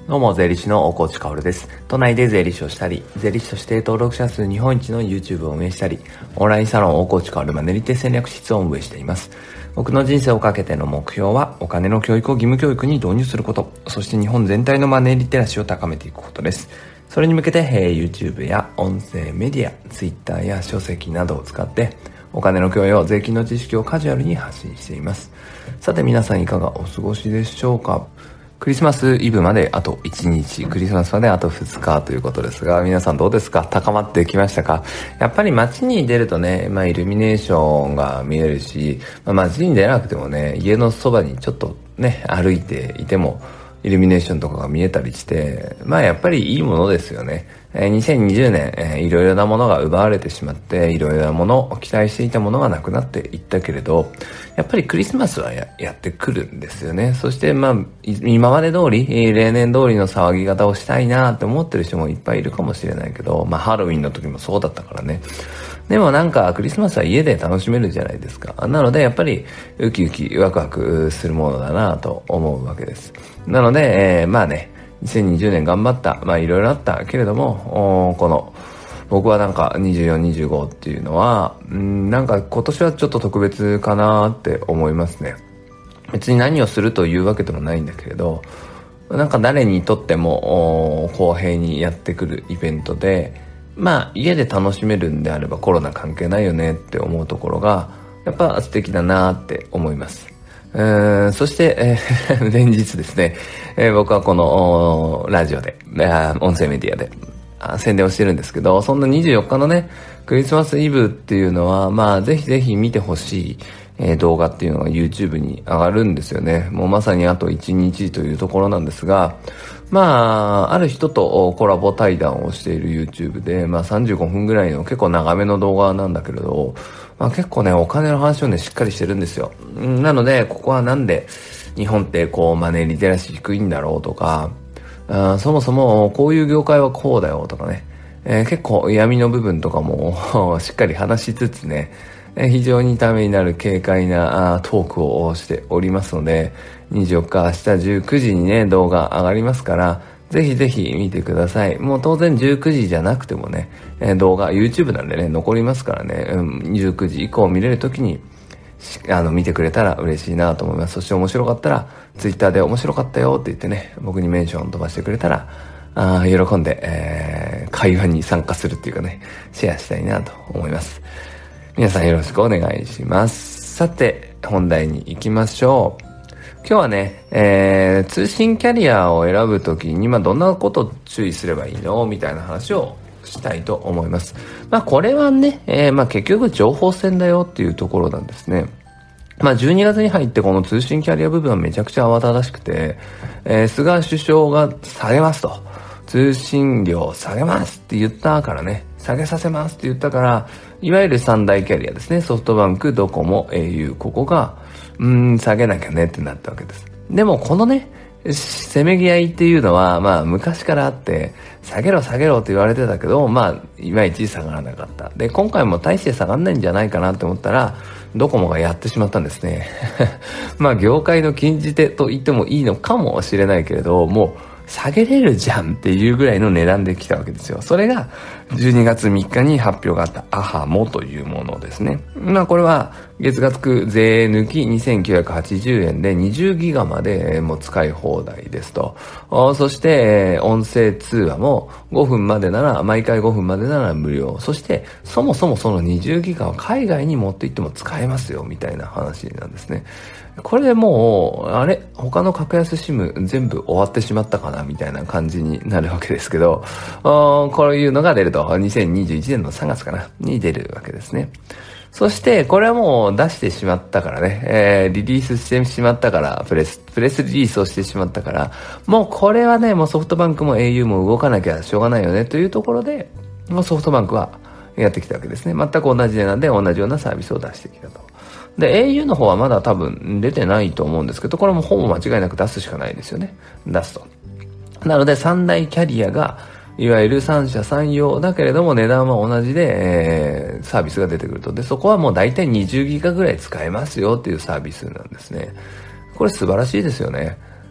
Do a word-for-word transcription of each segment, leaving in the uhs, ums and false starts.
どうも、税理士の大河内薫です。都内で税理士をしたり、税理士として登録者数日本一の YouTube を運営したり、オンラインサロン大河内薫マネリテ戦略室を運営しています。僕の人生をかけての目標は、お金の教育を義務教育に導入すること、そして日本全体のマネーリテラシーを高めていくことです。それに向けて、えー、YouTube や音声メディア、Twitter や書籍などを使って、お金の教養、税金の知識をカジュアルに発信しています。さて皆さんいかがお過ごしでしょうか。クリスマスイブまであといちにち、クリスマスまであとふつかということですが、皆さんどうですか？高まってきましたか？やっぱり街に出るとね、まあイルミネーションが見えるし、まあ、街に出なくてもね、家のそばにちょっとね、歩いていても、イルミネーションとかが見えたりして、まあやっぱりいいものですよね。えー、にせんにじゅうねん、えー、いろいろなものが奪われてしまって、いろいろなものを期待していたものがなくなっていったけれど、やっぱりクリスマスは や, やってくるんですよね。そしてまあ、今まで通り、えー、例年通りの騒ぎ方をしたいなって思ってる人もいっぱいいるかもしれないけど、まあハロウィンの時もそうだったからね。でもなんかクリスマスは家で楽しめるじゃないですか。なのでやっぱりウキウキワクワクするものだなと思うわけです。なので、えー、まあね、にせんにじゅうねん頑張った。まあいろいろあったけれども、この僕はなんかにじゅうよん、にじゅうごっていうのは、んなんか今年はちょっと特別かなって思いますね。別に何をするというわけでもないんだけれど、なんか誰にとっても公平にやってくるイベントで、まあ家で楽しめるんであればコロナ関係ないよねって思うところがやっぱ素敵だなって思います。うーんそして、えー、連日ですね、えー、僕はこのラジオで、音声メディアで宣伝をしてるんですけど、そんなにじゅうよっかのねクリスマスイブっていうのはまあぜひぜひ見てほしい、えー、動画っていうのが YouTube に上がるんですよね。もうまさにあといちにちというところなんですが、まあある人とコラボ対談をしている YouTube で、まあさんじゅうごふんぐらいの結構長めの動画なんだけれど、まあ結構ねお金の話をねしっかりしてるんですよ。なのでここはなんで日本ってこうマネーリテラシー低いんだろうとか、あそもそもこういう業界はこうだよとかね、えー、結構闇の部分とかもしっかり話しつつね、非常にためになる軽快なトークをしておりますので、にじゅうよっか明日じゅうくじにね動画上がりますから、ぜひぜひ見てください。もう当然じゅうくじじゃなくてもね、動画 YouTube なんでね残りますからね、うん、じゅうくじ以降見れるときにあの見てくれたら嬉しいなと思います。そして面白かったら Twitter で面白かったよって言ってね、僕にメンション飛ばしてくれたらあ喜んで、えー、会話に参加するっていうかね、シェアしたいなと思います。皆さんよろしくお願いします。さて本題に行きましょう。今日はね、えー、通信キャリアを選ぶときに、まあ、どんなことを注意すればいいのみたいな話をしたいと思います。まあ、これはね、えー、まあ、結局情報戦だよっていうところなんですね。まあ、じゅうにがつに入ってこの通信キャリア部分はめちゃくちゃ慌ただしくて、えー、菅首相が下げますと。通信料下げますって言ったからね、下げさせますって言ったから、いわゆる三大キャリアですね、ソフトバンク、ドコモ、au、ここが、うーん、下げなきゃねってなったわけです。でもこのね、せめぎ合いっていうのは、まあ昔からあって、下げろ下げろって言われてたけど、まあ、いまいち下がらなかった。で、今回も大して下がんないんじゃないかなって思ったら、ドコモがやってしまったんですね。まあ業界の禁じ手と言ってもいいのかもしれないけれど、もう、下げれるじゃんっていうぐらいの値段で来たわけですよ。それがじゅうにがつみっかに発表があったアハモというものですね。まあこれは月額税抜きにせんきゅうひゃくはちじゅうえんでにじゅうギガまでもう使い放題ですと。そして音声通話もごふんまでなら、毎回ごふんまでなら無料。そしてそもそもそのにじゅうギガは海外に持って行っても使えますよみたいな話なんですね。これでもう、あれ他の格安シム全部終わってしまったかなみたいな感じになるわけですけど、こういうのが出ると、にせんにじゅういちねんのさんがつかなに出るわけですね。そして、これはもう出してしまったからね、えー、リリースしてしまったから、プレス、プレスリリースをしてしまったから、もうこれはね、もうソフトバンクも au も動かなきゃしょうがないよねというところで、もうソフトバンクはやってきたわけですね。全く同じ値段で同じようなサービスを出してきたと。で、au の方はまだ多分出てないと思うんですけど、これもほぼ間違いなく出すしかないですよね。出すと。なので、三大キャリアが、いわゆる三者三様だけれども値段は同じで、えー、サービスが出てくると。で、そこはもう大体にじゅうギガぐらい使えますよっていうサービスなんですね。これ素晴らしいですよね。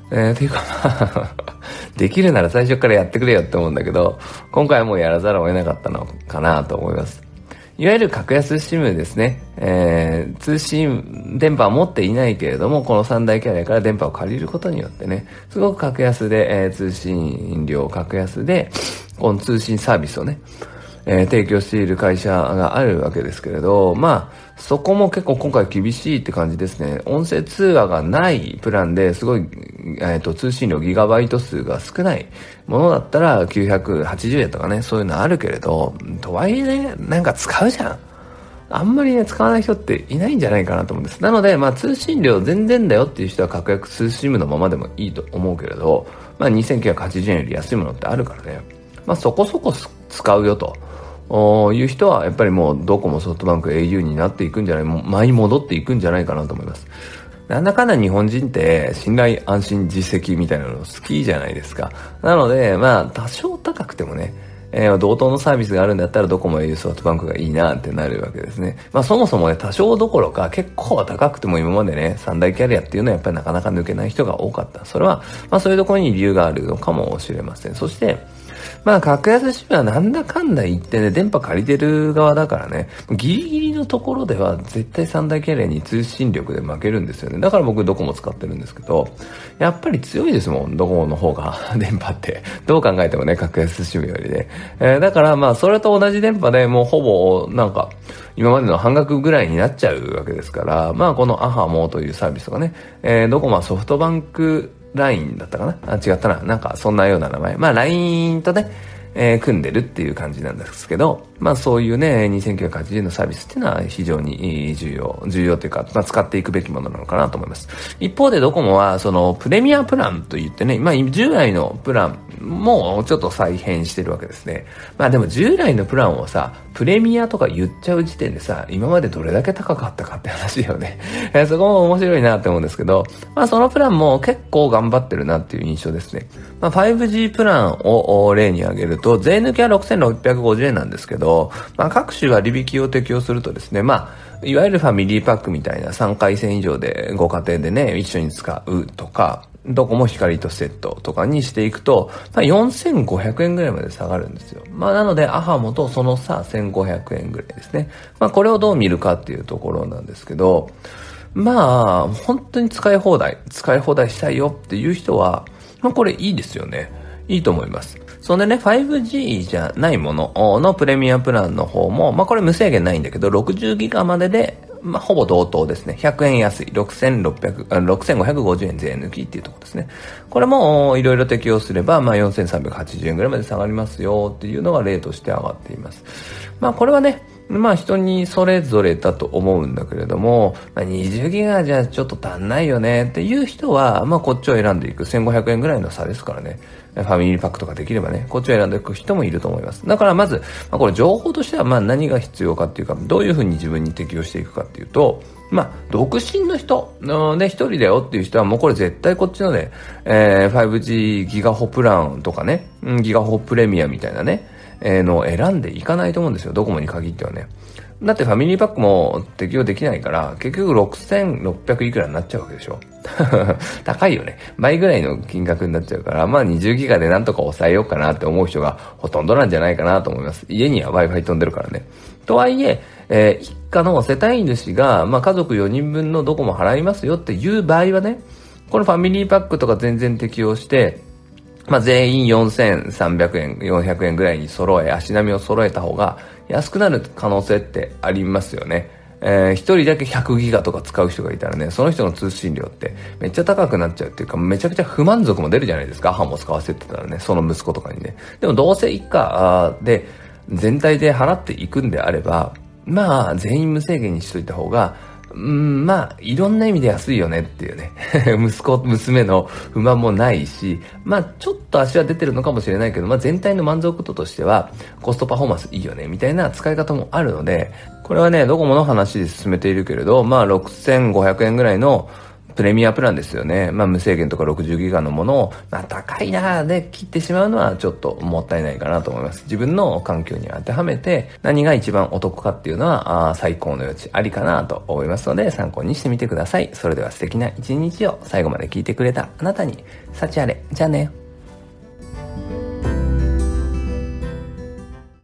えー、っていうかまあ、できるなら最初からやってくれよって思うんだけど、今回はもうやらざるを得なかったのかなと思います。いわゆる格安 SIM ですね。えー、通信電波は持っていないけれども、この三大キャリアから電波を借りることによってね、すごく格安で、えー、通信料格安で、この通信サービスをね、えー、提供している会社があるわけですけれど、まあ、そこも結構今回厳しいって感じですね。音声通話がないプランですごい、えっと、通信量ギガバイト数が少ないものだったらきゅうひゃくはちじゅうえんとかね、そういうのあるけれど、とはいえね、なんか使うじゃん。あんまりね、使わない人っていないんじゃないかなと思うんです。なので、まあ、通信量全然だよっていう人は格安 SIM のままでもいいと思うけれど、まあ、にせんきゅうひゃくはちじゅうえんより安いものってあるからね。まあ、そこそこ使うよと。いう人はやっぱりもうドコモ、ソフトバンク、エーユー になっていくんじゃない、もう舞い戻っていくんじゃないかなと思います。なんだかんだ日本人って信頼安心実績みたいなの好きじゃないですか。なのでまあ多少高くてもね、えー、同等のサービスがあるんだったらドコモ、エーユー、ソフトバンクがいいなってなるわけですね。まあそもそもね、多少どころか結構高くても今までね、三大キャリアっていうのはやっぱりなかなか抜けない人が多かった。それはまあそういうところに理由があるのかもしれません。そしてまあ、格安 SIM はなんだかんだ言ってね、電波借りてる側だからね、ギリギリのところでは絶対三大キャリアに通信力で負けるんですよね。だから僕ドコモ使ってるんですけど、やっぱり強いですもん、ドコモの方が電波って。どう考えてもね、格安 SIM よりね。えー、だからまあ、それと同じ電波でもうほぼ、なんか、今までの半額ぐらいになっちゃうわけですから、まあ、このアハモというサービスとかね、えー、ドコモはソフトバンクラインだったかなあ、違ったな。なんか、そんなような名前。まあ、ライン とね、えー、組んでるっていう感じなんですけど、まあそういうね、にせんきゅうひゃくはちじゅうえんのサービスっていうのは非常に重要、重要というか、まあ使っていくべきものなのかなと思います。一方でドコモは、そのプレミアプランといってね、まあ従来のプランもちょっと再編してるわけですね。まあでも従来のプランをさ、プレミアとか言っちゃう時点でさ、今までどれだけ高かったかって話だよね。えー、そこも面白いなって思うんですけど、まあそのプランも結構頑張ってるなっていう印象ですね。まあ ファイブジー プランを例に挙げると、税抜きはろくせんろっぴゃくごじゅうえんなんですけど、まあ、各種割引を適用するとですね、まあ、いわゆるファミリーパックみたいなさんかいせん以上でご家庭でね、一緒に使うとか、ドコモ光とセットとかにしていくと、まあ、よんせんごひゃくえんぐらいまで下がるんですよ。まあ、なので、アハモとその差せんごひゃくえんぐらいですね。まあ、これをどう見るかっていうところなんですけど、まあ、本当に使い放題、使い放題したいよっていう人は、まあ、これいいですよね。いいと思います。そんでね、ファイブジー じゃないもののプレミアプランの方も、まあこれ無制限ないんだけど、ろくじゅうギガまでで、まあほぼ同等ですね。ひゃくえん安い。ろくせんろっぴゃく、ろくせんごひゃくごじゅうえん税抜きっていうところですね。これもいろいろ適用すれば、まあよんせんさんびゃくはちじゅうえんぐらいまで下がりますよっていうのが例として上がっています。まあこれはね、まあ人にそれぞれだと思うんだけれども、まあ、にじゅうギガじゃちょっと足んないよねっていう人は、まあこっちを選んでいく。せんごひゃくえんぐらいの差ですからね。ファミリーパックとかできればね、こっちを選んでいく人もいると思います。だからまず、まあ、これ情報としてはまあ何が必要かっていうか、どういうふうに自分に適用していくかっていうと、まあ、独身の人のね、一人だよっていう人はもうこれ絶対こっちのね、えー、ファイブジー ギガホプランとかね、ギガホプレミアみたいなね、えー、のを選んでいかないと思うんですよ。ドコモに限ってはね。だってファミリーパックも適用できないから、結局ろくせんろっぴゃくいくらになっちゃうわけでしょ。高いよね。倍ぐらいの金額になっちゃうから、まあにじゅうギガでなんとか抑えようかなって思う人がほとんどなんじゃないかなと思います。家には Wi-Fi 飛んでるからね。とはいえ、えー、一家の世帯主が、まあ家族よにんぶんのドコモ払いますよっていう場合はね、このファミリーパックとか全然適用して、まあ全員よんせんさんびゃくえん、よんひゃくえんぐらいに揃え、足並みを揃えた方が安くなる可能性ってありますよね。えー、一人だけひゃくギガとか使う人がいたらね、その人の通信量ってめっちゃ高くなっちゃうっていうか、めちゃくちゃ不満足も出るじゃないですか。ハも使わせてたらね、その息子とかにね。でもどうせ一家で全体で払っていくんであれば、まあ全員無制限にしといた方が、うん、まあ、いろんな意味で安いよねっていうね。息子、娘の不満もないし、まあ、ちょっと足は出てるのかもしれないけど、まあ全体の満足度としては、コストパフォーマンスいいよね、みたいな使い方もあるので、これはね、ドコモの話で進めているけれど、まあろくせんごひゃくえんぐらいのプレミアプランですよね。まあ無制限とかろくじゅうギガのものを、まあ高いなーで切ってしまうのはちょっともったいないかなと思います。自分の環境に当てはめて何が一番お得かっていうのは、あ最高の余地ありかなと思いますので、参考にしてみてください。それでは素敵な一日を最後まで聞いてくれたあなたに、幸あれ。じゃあね。